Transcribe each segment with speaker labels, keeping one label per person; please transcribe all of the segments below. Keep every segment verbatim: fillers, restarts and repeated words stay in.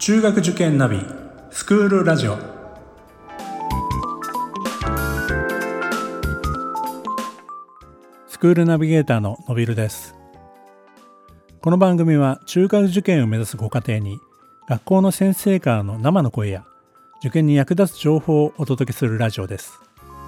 Speaker 1: 中学受験ナビスクールラジオ。スクールナビゲーターののびるです。この番組は中学受験を目指すご家庭に学校の先生からの生の声や受験に役立つ情報をお届けするラジオです。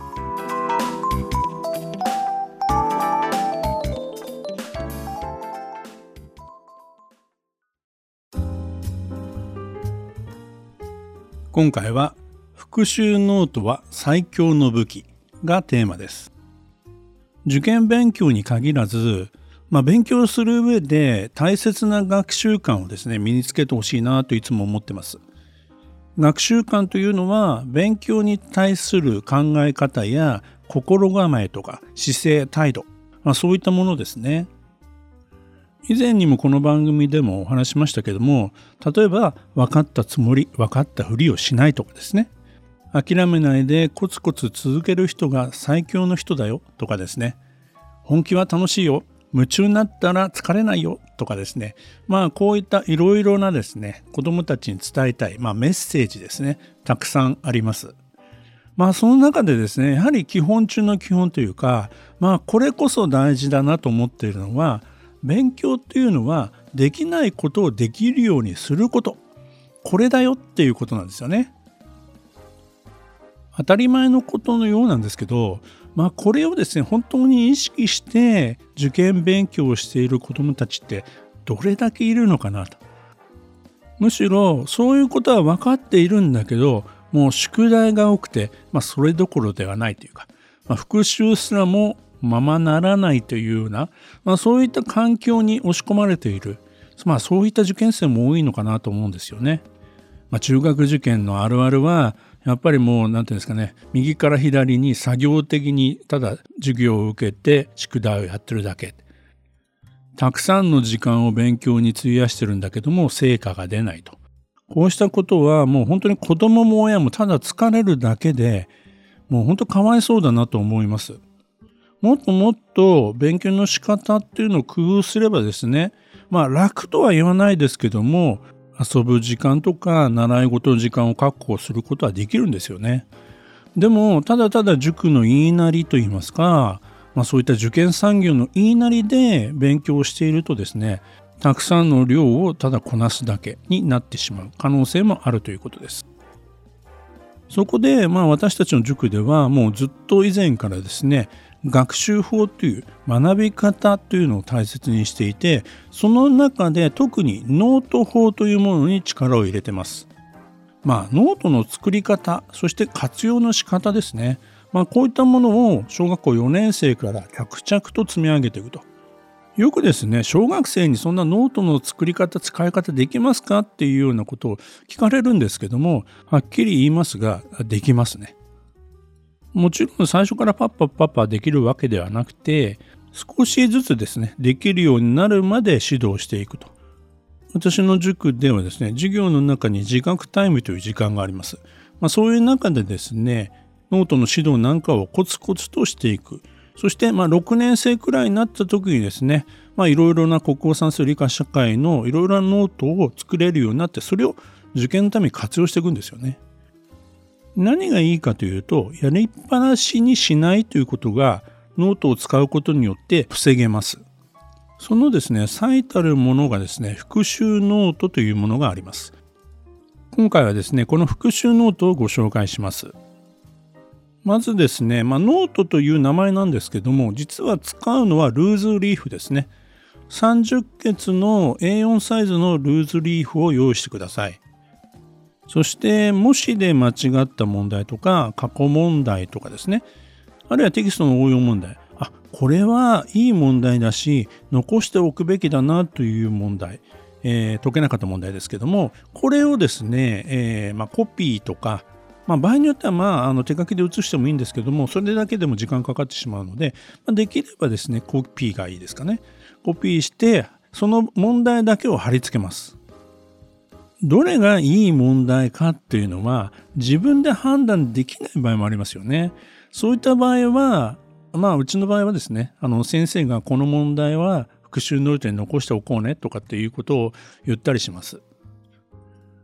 Speaker 1: 今回は復習ノートは最強の武器がテーマです。受験勉強に限らず、まあ、勉強する上で大切な学習観をですね身につけてほしいなといつも思ってます。学習観というのは勉強に対する考え方や心構えとか姿勢態度、まあ、そういったものですね。以前にもこの番組でもお話しましたけども、例えば分かったつもり分かったふりをしないとかですね、諦めないでコツコツ続ける人が最強の人だよとかですね、本気は楽しいよ、夢中になったら疲れないよとかですね、まあこういったいろいろなですね子どもたちに伝えたい、まあ、メッセージですね、たくさんあります。まあその中でですね、やはり基本中の基本というか、まあこれこそ大事だなと思っているのは、勉強っていうのはできないことをできるようにすること、これだよっていうことなんですよね。当たり前のことのようなんですけど、まあこれをですね本当に意識して受験勉強をしている子どもたちってどれだけいるのかなと。むしろそういうことは分かっているんだけど、もう宿題が多くて、まあ、それどころではないというか、まあ、復習すらもままならないというような、まあ、そういった環境に押し込まれている、まあ、そういった受験生も多いのかなと思うんですよね。まあ、中学受験のあるあるはやっぱりもう何ていうんですかね、右から左に作業的にただ授業を受けて宿題をやってるだけ、たくさんの時間を勉強に費やしてるんだけども成果が出ないと。こうしたことはもう本当に子どもも親もただ疲れるだけで、もう本当かわいそうだなと思います。もっともっと勉強の仕方っていうのを工夫すればですね、まあ楽とは言わないですけども、遊ぶ時間とか習い事の時間を確保することはできるんですよね。でもただただ塾の言いなりといいますか、まあ、そういった受験産業の言いなりで勉強しているとですね、たくさんの量をただこなすだけになってしまう可能性もあるということです。そこでまあ私たちの塾ではもうずっと以前からですね、学習法という学び方というのを大切にしていて、その中で特にノート法というものに力を入れてます。まあノートの作り方、そして活用の仕方ですね。まあこういったものを小学校よねん生から着々と積み上げていくと。よくですね、小学生にそんなノートの作り方使い方できますかっていうようなことを聞かれるんですけども、はっきり言いますができますね。もちろん最初からパッパッパッパできるわけではなくて、少しずつですねできるようになるまで指導していくと。私の塾ではですね、授業の中に自学タイムという時間があります。まあ、そういう中でですね、ノートの指導なんかをコツコツとしていく。そしてまあろくねん生くらいになった時にですね、いろいろな国語算数理科社会のいろいろなノートを作れるようになって、それを受験のために活用していくんですよね。何がいいかというと、やりっぱなしにしないということがノートを使うことによって防げます。そのですね最たるものがですね、復習ノートというものがあります。今回はですねこの復習ノートをご紹介します。まずですね、まあ、ノートという名前なんですけども、実は使うのはルーズリーフですね。さんじゅっけつの エーよん サイズのルーズリーフを用意してください。そして模試で間違った問題とか過去問題とかですね、あるいはテキストの応用問題、あ、これはいい問題だし残しておくべきだなという問題、えー、解けなかった問題ですけども、これをですね、えーまあ、コピーとか、まあ、場合によっては、まあ、あの手書きで写してもいいんですけども、それだけでも時間かかってしまうので、まあ、できればですねコピーがいいですかね。コピーしてその問題だけを貼り付けます。どれがいい問題かっていうのは自分で判断できない場合もありますよね。そういった場合は、まあうちの場合はですね、あの先生がこの問題は復習ノートに残しておこうねとかっていうことを言ったりします。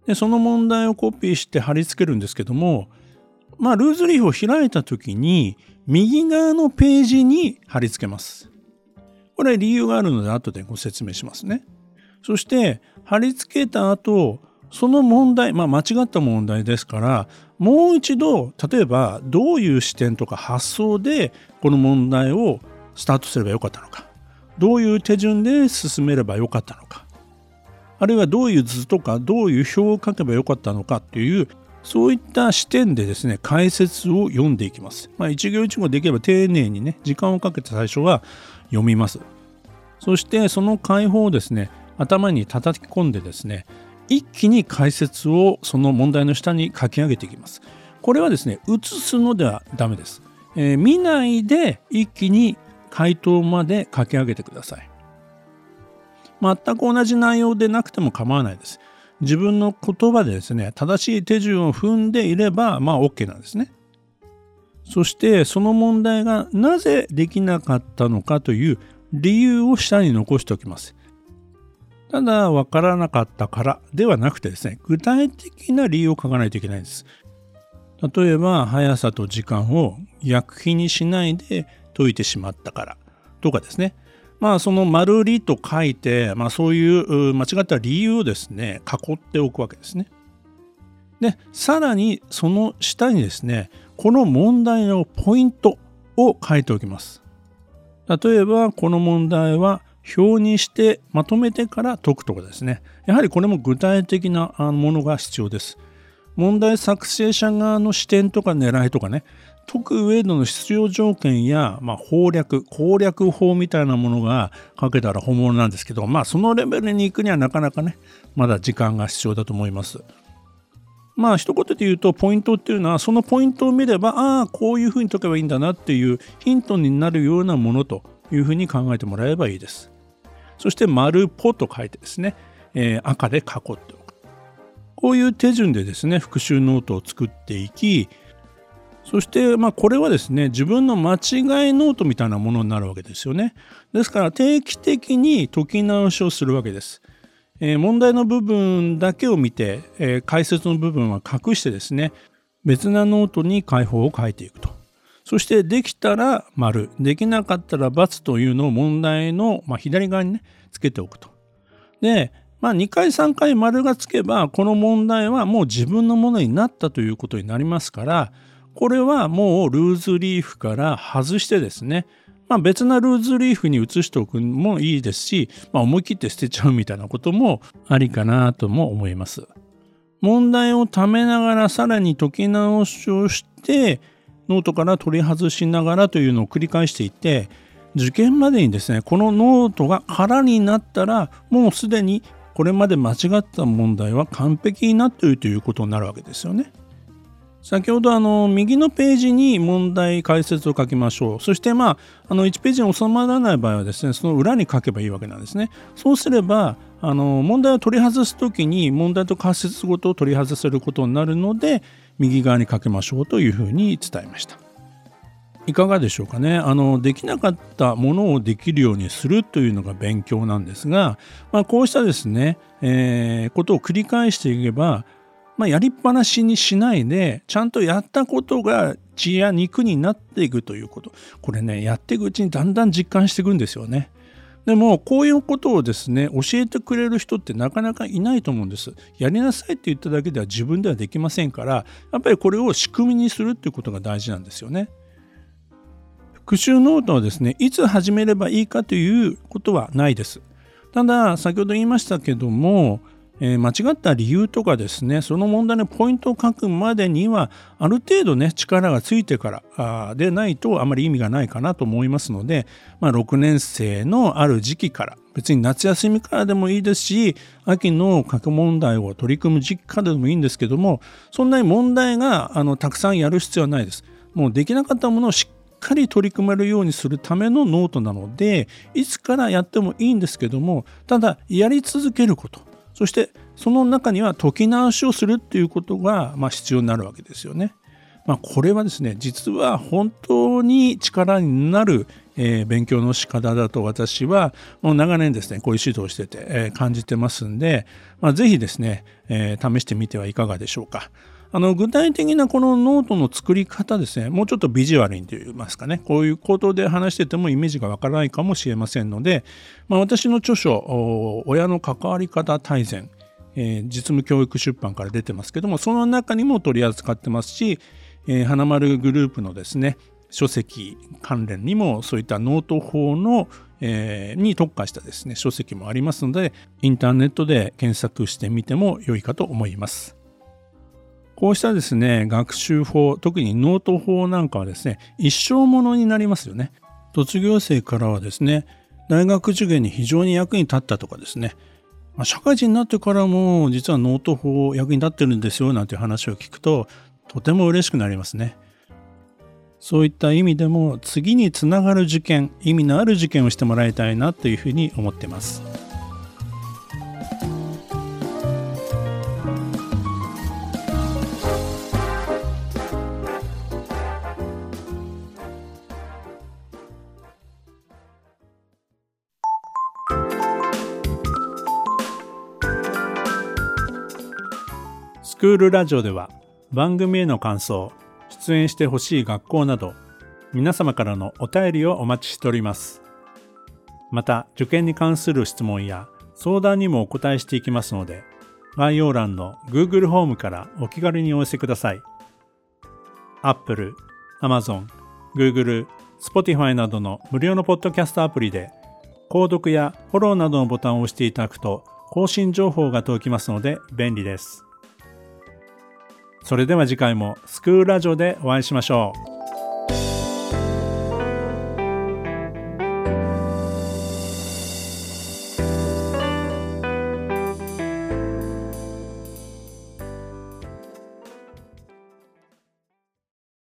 Speaker 1: でその問題をコピーして貼り付けるんですけども、まあ、ルーズリーフを開いた時に右側のページに貼り付けます。これ理由があるので後でご説明しますね。そして貼り付けた後、その問題、まあ、間違った問題ですから、もう一度例えばどういう視点とか発想でこの問題をスタートすればよかったのか、どういう手順で進めればよかったのか、あるいはどういう図とかどういう表を書けばよかったのかっていう、そういった視点でですね解説を読んでいきます。まあ、一行一行できれば丁寧にね時間をかけて最初は読みます。そしてその解法をですね頭に叩き込んでですね一気に解説をその問題の下に書き上げていきます。これはですね写すのではダメです。えー、見ないで一気に回答まで書き上げてください。全く同じ内容でなくても構わないです。自分の言葉でですね正しい手順を踏んでいればまあ OK なんですね。そしてその問題がなぜできなかったのかという理由を下に残しておきます。ただ分からなかったからではなくてですね、具体的な理由を書かないといけないんです。例えば速さと時間を逆比にしないで解いてしまったからとかですね。まあその丸りと書いて、まあ、そういう間違った理由をですね囲っておくわけですね。でさらにその下にですねこの問題のポイントを書いておきます。例えばこの問題は表にしてまとめてから解くとかですね。やはりこれも具体的なものが必要です。問題作成者側の視点とか狙いとかね、解く上での必要条件や、まあ、法略攻略法みたいなものが書けたら本物なんですけど、まあそのレベルに行くにはなかなかねまだ時間が必要だと思います。まあ一言で言うとポイントっていうのはそのポイントを見ればああこういうふうに解けばいいんだなっていうヒントになるようなものというふうに考えてもらえばいいです。そして丸ポと書いてですね、えー、赤で囲っておく。こういう手順でですね復習ノートを作っていき、そしてまあこれはですね自分の間違いノートみたいなものになるわけですよね。ですから定期的に解き直しをするわけです。えー、問題の部分だけを見て、えー、解説の部分は隠してですね別なノートに解法を書いていくと。そしてできたら丸、できなかったら×というのを問題の、まあ、左側にねつけておくと。で、まあ、にかいさんかい丸がつけばこの問題はもう自分のものになったということになりますから、これはもうルーズリーフから外してですね、まあ、別なルーズリーフに移しておくのもいいですし、まあ、思い切って捨てちゃうみたいなこともありかなとも思います。問題をためながらさらに解き直しをしてノートから取り外しながらというのを繰り返していって、受験までにですねこのノートが空になったらもうすでにこれまで間違った問題は完璧になっているということになるわけですよね。先ほどあの右のページに問題解説を書きましょう。そしてまああのいちページに収まらない場合はですねその裏に書けばいいわけなんですね。そうすればあの問題を取り外すときに問題と仮説ごとを取り外せることになるので右側に書けましょうというふうに伝えました。いかがでしょうかね。あのできなかったものをできるようにするというのが勉強なんですが、まあ、こうしたですね、えー、ことを繰り返していけば、まあ、やりっぱなしにしないでちゃんとやったことが血や肉になっていくということ、これねやっていくうちにだんだん実感していくんですよね。でもこういうことをですね教えてくれる人ってなかなかいないと思うんです。やりなさいって言っただけでは自分ではできませんから、やっぱりこれを仕組みにするっていうことが大事なんですよね。復習ノートはですねいつ始めればいいかということはないです。ただ先ほど言いましたけども、えー、間違った理由とかですねその問題のポイントを書くまでにはある程度ね力がついてからでないとあまり意味がないかなと思いますので、まあ、ろくねん生のある時期から別に夏休みからでもいいですし秋の過去問題を取り組む時期からでもいいんですけども、そんなに問題があのたくさんやる必要はないです。もうできなかったものをしっかり取り組めるようにするためのノートなのでいつからやってもいいんですけども、ただやり続けること、そしてその中には解き直しをするっていうことがまあ必要になるわけですよね。 まあ、これはですね、実は本当に力になる、えー、勉強の仕方だと私はもう長年ですね、こういう指導をしてて、えー、感じてますんで、まあ、ぜひですね、えー、試してみてはいかがでしょうか。あの具体的なこのノートの作り方ですね、もうちょっとビジュアルにといいますかね、こういうことで話しててもイメージがわからないかもしれませんので、まあ、私の著書、親の関わり方大全、えー、実務教育出版から出てますけども、その中にも取り扱ってますし、えー、花丸グループのですね、書籍関連にもそういったノート法の、えー、に特化したですね、書籍もありますので、インターネットで検索してみても良いかと思います。こうしたですね、学習法、特にノート法なんかはですね、一生ものになりますよね。卒業生からはですね、大学受験に非常に役に立ったとかですね、まあ、社会人になってからも実はノート法役に立ってるんですよなんていう話を聞くと、とても嬉しくなりますね。そういった意味でも次につながる受験、意味のある受験をしてもらいたいなというふうに思っています。スクールラジオでは番組への感想、出演してほしい学校など皆様からのお便りをお待ちしております。また受験に関する質問や相談にもお答えしていきますので、概要欄の Google ホームからお気軽にお寄せください。Apple、Amazon、Google、Spotify などの無料のポッドキャストアプリで購読やフォローなどのボタンを押していただくと更新情報が届きますので便利です。それでは次回もスクールラジオでお会いしましょう。